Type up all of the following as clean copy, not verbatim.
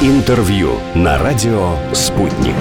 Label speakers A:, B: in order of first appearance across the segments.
A: Интервью на радио «Спутник».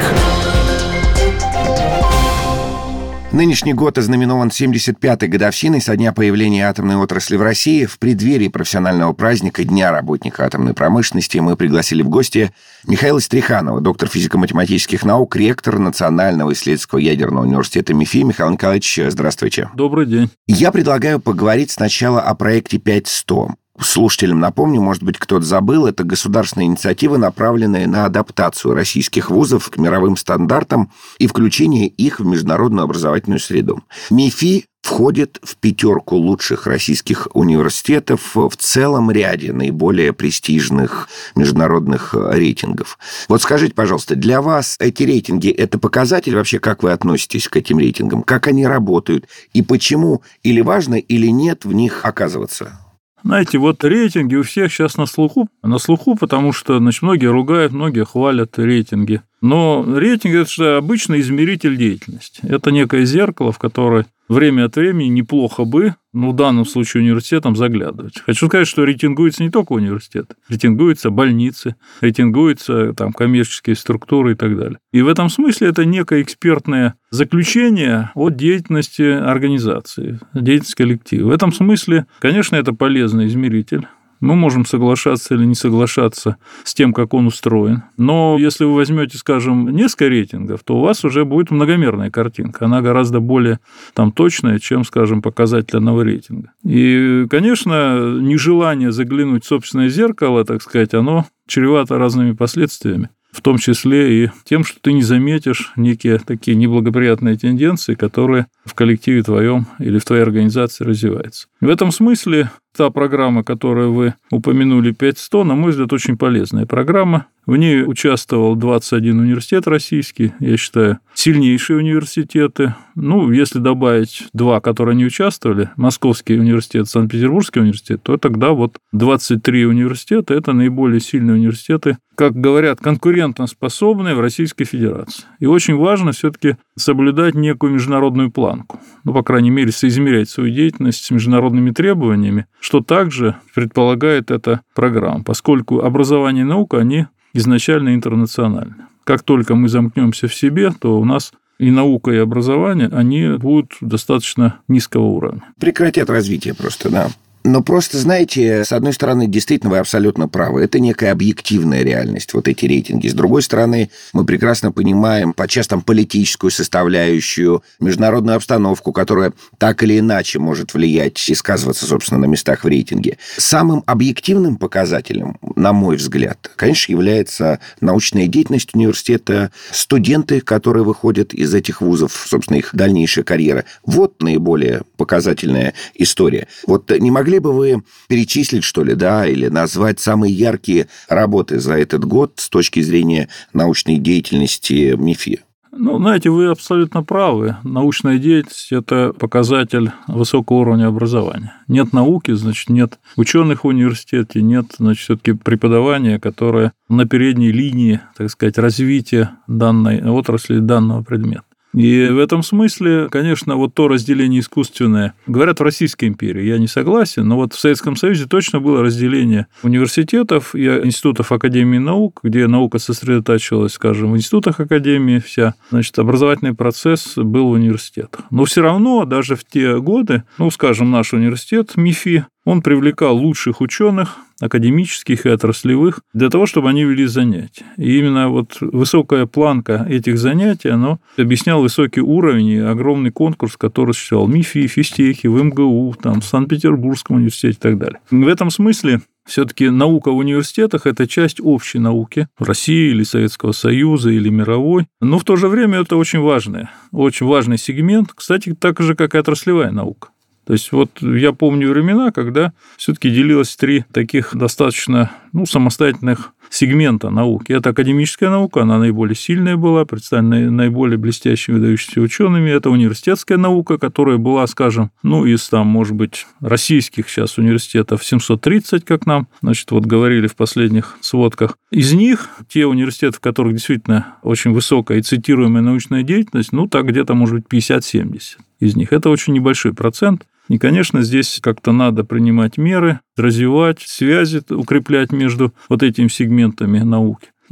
B: Нынешний год ознаменован 75-й годовщиной со дня появления атомной отрасли в России. В преддверии профессионального праздника Дня работника атомной промышленности мы пригласили в гости Михаила Стриханова, доктор физико-математических наук, ректор Национального исследовательского ядерного университета МИФИ. Михаил Николаевич, здравствуйте.
C: Добрый день.
B: Я предлагаю поговорить сначала о проекте 5-100. Слушателям напомню, может быть, кто-то забыл, это государственная инициатива, направленная на адаптацию российских вузов к мировым стандартам и включение их в международную образовательную среду. МИФИ входит в 5 лучших российских университетов в целом ряде наиболее престижных международных рейтингов. Вот скажите, пожалуйста, для вас эти рейтинги – это показатель вообще, как вы относитесь к этим рейтингам, как они работают и почему, или важно, или нет в них оказываться?
C: Знаете, вот рейтинги у всех сейчас на слуху, потому что, многие ругают, многие хвалят рейтинги. Но рейтинг – это же обычный измеритель деятельности. Это некое зеркало, в которое время от времени неплохо бы, в данном случае университетам, заглядывать. Хочу сказать, что рейтингуются не только университеты, рейтингуются больницы, рейтингуются коммерческие структуры и так далее. И в этом смысле это некое экспертное заключение о деятельности организации, деятельности коллектива. В этом смысле, конечно, это полезный измеритель. Мы можем соглашаться или не соглашаться с тем, как он устроен. Но если вы возьмете, скажем, несколько рейтингов, то у вас уже будет многомерная картинка. Она гораздо более точная, чем, скажем, показатель одного рейтинга. И, конечно, нежелание заглянуть в собственное зеркало, оно чревато разными последствиями. В том числе и тем, что ты не заметишь некие такие неблагоприятные тенденции, которые в коллективе твоем или в твоей организации развиваются. В этом смысле та программа, которую вы упомянули, 5-100, на мой взгляд, очень полезная программа. В ней участвовал 21 университет российский, я считаю, сильнейшие университеты. Если добавить 2, которые не участвовали, Московский университет, Санкт-Петербургский университет, то тогда 23 университета – это наиболее сильные университеты, как говорят, конкурентоспособные в Российской Федерации. И очень важно все-таки соблюдать некую международную планку, по крайней мере, соизмерять свою деятельность с международными требованиями, что также предполагает эта программа, поскольку образование и наука, они изначально интернациональны. Как только мы замкнемся в себе, то у нас и наука, и образование, они будут достаточно низкого уровня.
B: Прекратят развитие просто, да. Но просто, знаете, с одной стороны, действительно, вы абсолютно правы. Это некая объективная реальность, эти рейтинги. С другой стороны, мы прекрасно понимаем подчас политическую составляющую, международную обстановку, которая так или иначе может влиять и сказываться, собственно, на местах в рейтинге. Самым объективным показателем, на мой взгляд, конечно, является научная деятельность университета, студенты, которые выходят из этих вузов, собственно, их дальнейшая карьера. Вот наиболее показательная история. Не могли бы вы перечислить, или назвать самые яркие работы за этот год с точки зрения научной деятельности МИФИ?
C: Знаете, вы абсолютно правы. Научная деятельность – это показатель высокого уровня образования. Нет науки, значит, нет ученых в университете, нет, все-таки преподавания, которое на передней линии, развития данной отрасли, данного предмета. И в этом смысле, конечно, то разделение искусственное, говорят, в Российской империи, я не согласен, но в Советском Союзе точно было разделение университетов и институтов Академии наук, где наука сосредотачивалась, скажем, в институтах Академии вся, образовательный процесс был в университетах. Но все равно, даже в те годы, наш университет МИФИ, он привлекал лучших ученых, академических и отраслевых, для того, чтобы они вели занятия. И именно высокая планка этих занятий, она объясняла высокий уровень и огромный конкурс, который осуществлял МИФИ, физтехи, в МГУ, в Санкт-Петербургском университете и так далее. В этом смысле все-таки наука в университетах – это часть общей науки России или Советского Союза или мировой, но в то же время это очень важный сегмент, кстати, так же, как и отраслевая наука. То есть я помню времена, когда все-таки делилось 3 таких достаточно самостоятельных сегмента науки. Это академическая наука, она наиболее сильная была, представлена наиболее блестящими, выдающимися учеными. Это университетская наука, которая была, скажем, из может быть, российских сейчас университетов 730, как нам, говорили в последних сводках. Из них те университеты, в которых действительно очень высокая и цитируемая научная деятельность, так где-то, может быть, 50-70 из них. Это очень небольшой процент. И, конечно, здесь как-то надо принимать меры, развивать связи, укреплять между этими сегментами науки.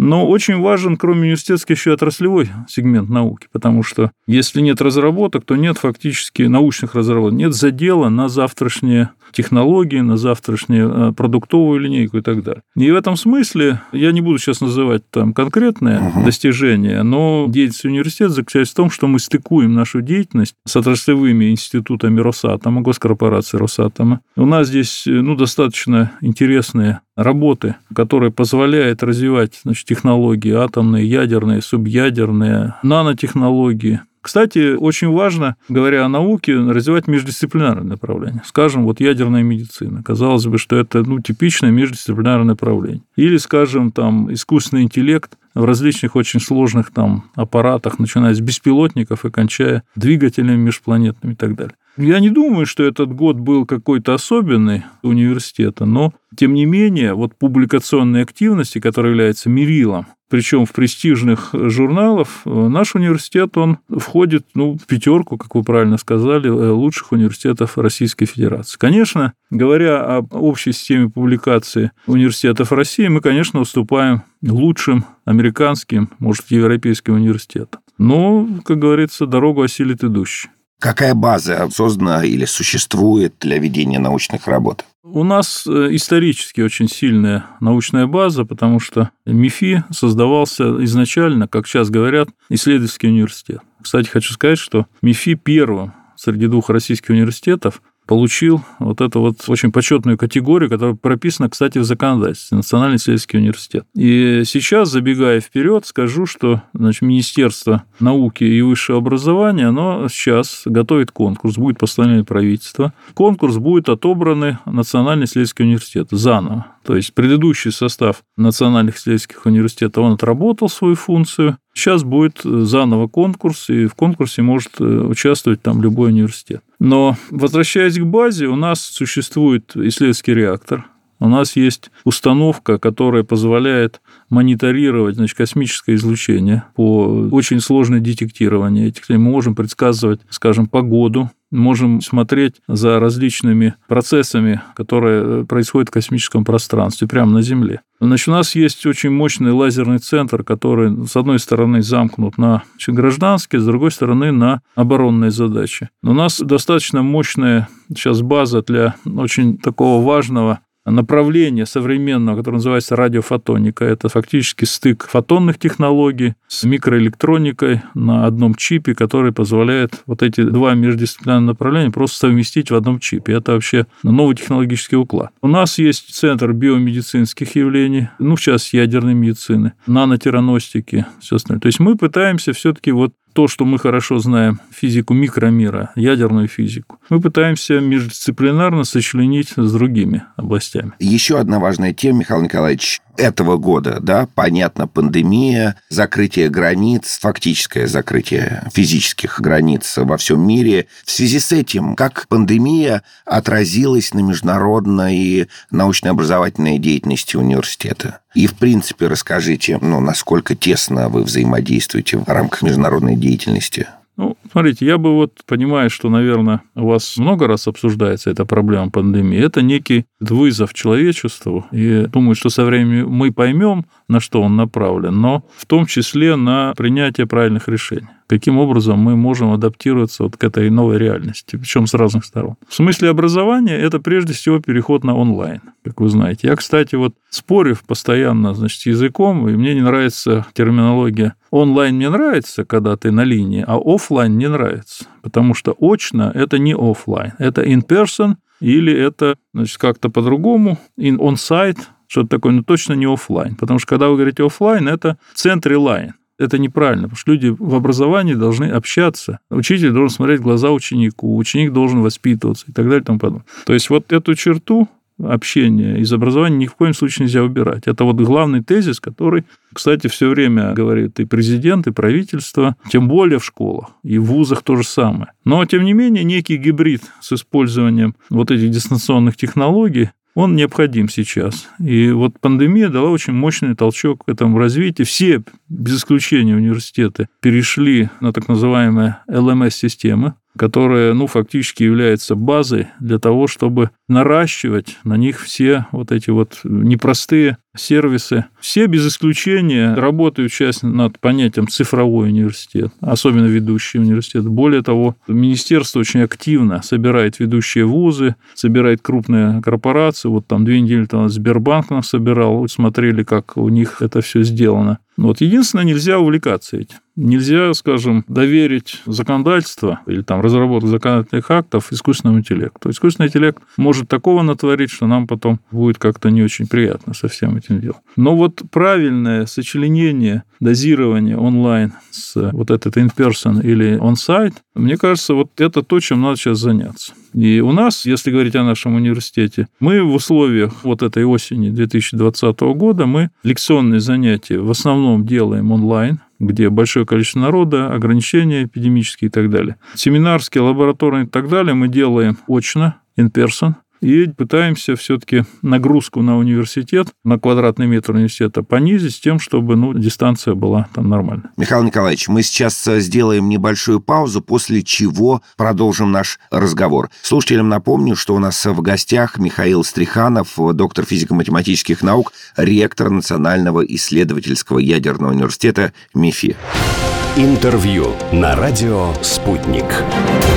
C: Но очень важен, кроме университетских, еще отраслевой сегмент науки, потому что если нет разработок, то нет фактически научных разработок, нет задела на завтрашние технологии, на завтрашнюю продуктовую линейку и так далее. И в этом смысле, я не буду сейчас называть там конкретные достижения, но деятельность университета заключается в том, что мы стыкуем нашу деятельность с отраслевыми институтами Росатома, госкорпорации Росатома. У нас здесь достаточно интересные работы, которые позволяют развивать технологии атомные, ядерные, субъядерные, нанотехнологии. Кстати, очень важно, говоря о науке, развивать междисциплинарное направление. Скажем, ядерная медицина. Казалось бы, что это типичное междисциплинарное направление. Или, скажем, там, искусственный интеллект в различных очень сложных там аппаратах, начиная с беспилотников и кончая двигателями межпланетными и так далее. Я не думаю, что этот год был какой-то особенный университета, но, тем не менее, публикационные активности, которые являются мерилом, причем в престижных журналах, наш университет, он входит в пятерку, как вы правильно сказали, лучших университетов Российской Федерации. Конечно, говоря об общей системе публикации университетов России, мы, конечно, уступаем лучшим американским, может, европейским университетам. Но, как говорится, дорогу осилит идущий.
B: Какая база создана или существует для ведения научных работ?
C: У нас исторически очень сильная научная база, потому что МИФИ создавался изначально, как сейчас говорят, исследовательский университет. Кстати, хочу сказать, что МИФИ первым среди двух российских университетов получил эту очень почетную категорию, которая прописана, кстати, в законодательстве, Национальный исследовательский университет. И сейчас, забегая вперед, скажу, что Министерство науки и высшего образования, оно сейчас готовит конкурс, будет постановление правительства. Конкурс будет отобран Национальный исследовательский университет заново. То есть предыдущий состав национальных исследовательских университетов, он отработал свою функцию. Сейчас будет заново конкурс, и в конкурсе может участвовать там любой университет. Но, возвращаясь к базе, у нас существует исследовательский реактор, у нас есть установка, которая позволяет мониторировать космическое излучение по очень сложной детектированию. Мы можем предсказывать, скажем, погоду, можем смотреть за различными процессами, которые происходят в космическом пространстве, прямо на Земле. У нас есть очень мощный лазерный центр, который, с одной стороны, замкнут на гражданские, с другой стороны, на оборонные задачи. У нас достаточно мощная сейчас база для очень такого важного направление современного, которое называется радиофотоника. Это фактически стык фотонных технологий с микроэлектроникой на одном чипе, который позволяет эти два междисциплинарных направления просто совместить в одном чипе. Это вообще новый технологический уклад. У нас есть центр биомедицинских явлений, сейчас ядерной медицины, нанотераностики, все остальное. То есть мы пытаемся все-таки то, что мы хорошо знаем, физику микромира, ядерную физику, мы пытаемся междисциплинарно сочленить с другими областями.
B: Еще одна важная тема, Михаил Николаевич, этого года, понятно, пандемия, закрытие границ, фактическое закрытие физических границ во всем мире. В связи с этим, как пандемия отразилась на международной и научно-образовательной деятельности университета? И, в принципе, расскажите, насколько тесно вы взаимодействуете в рамках международной деятельности?
C: Смотрите, я бы понимаю, что, наверное, у вас много раз обсуждается эта проблема пандемии. Это некий вызов человечеству. И думаю, что со временем мы поймем, на что он направлен, но в том числе на принятие правильных решений. Каким образом мы можем адаптироваться к этой новой реальности, причем с разных сторон. В смысле образования это прежде всего переход на онлайн, как вы знаете. Я, кстати, спорю постоянно, с языком, и мне не нравится терминология. Онлайн мне нравится, когда ты на линии, а офлайн не нравится, потому что очно – это не офлайн, это in-person или это, как-то по-другому, on-site, что-то такое, но точно не офлайн, потому что когда вы говорите офлайн, это центр лайн. Это неправильно, потому что люди в образовании должны общаться. Учитель должен смотреть в глаза ученику, ученик должен воспитываться и так далее и тому подобное. То есть эту черту общения из образования ни в коем случае нельзя убирать. Это главный тезис, который, кстати, все время говорит и президент, и правительство, тем более в школах, и в вузах то же самое. Но, тем не менее, некий гибрид с использованием этих дистанционных технологий, он необходим сейчас. И пандемия дала очень мощный толчок к этому развитию. Все, без исключения университеты, перешли на так называемые LMS-системы. которая, фактически является базой для того, чтобы наращивать на них все вот эти вот непростые сервисы. Все без исключения работают сейчас над понятием цифровой университет, особенно ведущие университеты. Более того, министерство очень активно собирает ведущие вузы, собирает крупные корпорации. Вот там 2 недели назад Сбербанк нас собирал, смотрели, как у них это все сделано. Единственное, нельзя увлекаться этим. Нельзя, скажем, доверить законодательство или разработку законодательных актов искусственному интеллекту. Искусственный интеллект может такого натворить, что нам потом будет как-то не очень приятно со всем этим делом. Но правильное сочленение, дозирование онлайн с этот in-person или on-site, мне кажется, это то, чем надо сейчас заняться. И у нас, если говорить о нашем университете, мы в условиях этой осени 2020 года, мы лекционные занятия в основном делаем онлайн, где большое количество народа, ограничения эпидемические и так далее. Семинарские, лабораторные и так далее мы делаем очно, in-person, и пытаемся все-таки нагрузку на университет, на квадратный метр университета понизить с тем, чтобы дистанция была там нормальная.
B: Михаил Николаевич, мы сейчас сделаем небольшую паузу, после чего продолжим наш разговор. Слушателям напомню, что у нас в гостях Михаил Стриханов, доктор физико-математических наук, ректор Национального исследовательского ядерного университета МИФИ.
A: Интервью на радио «Спутник».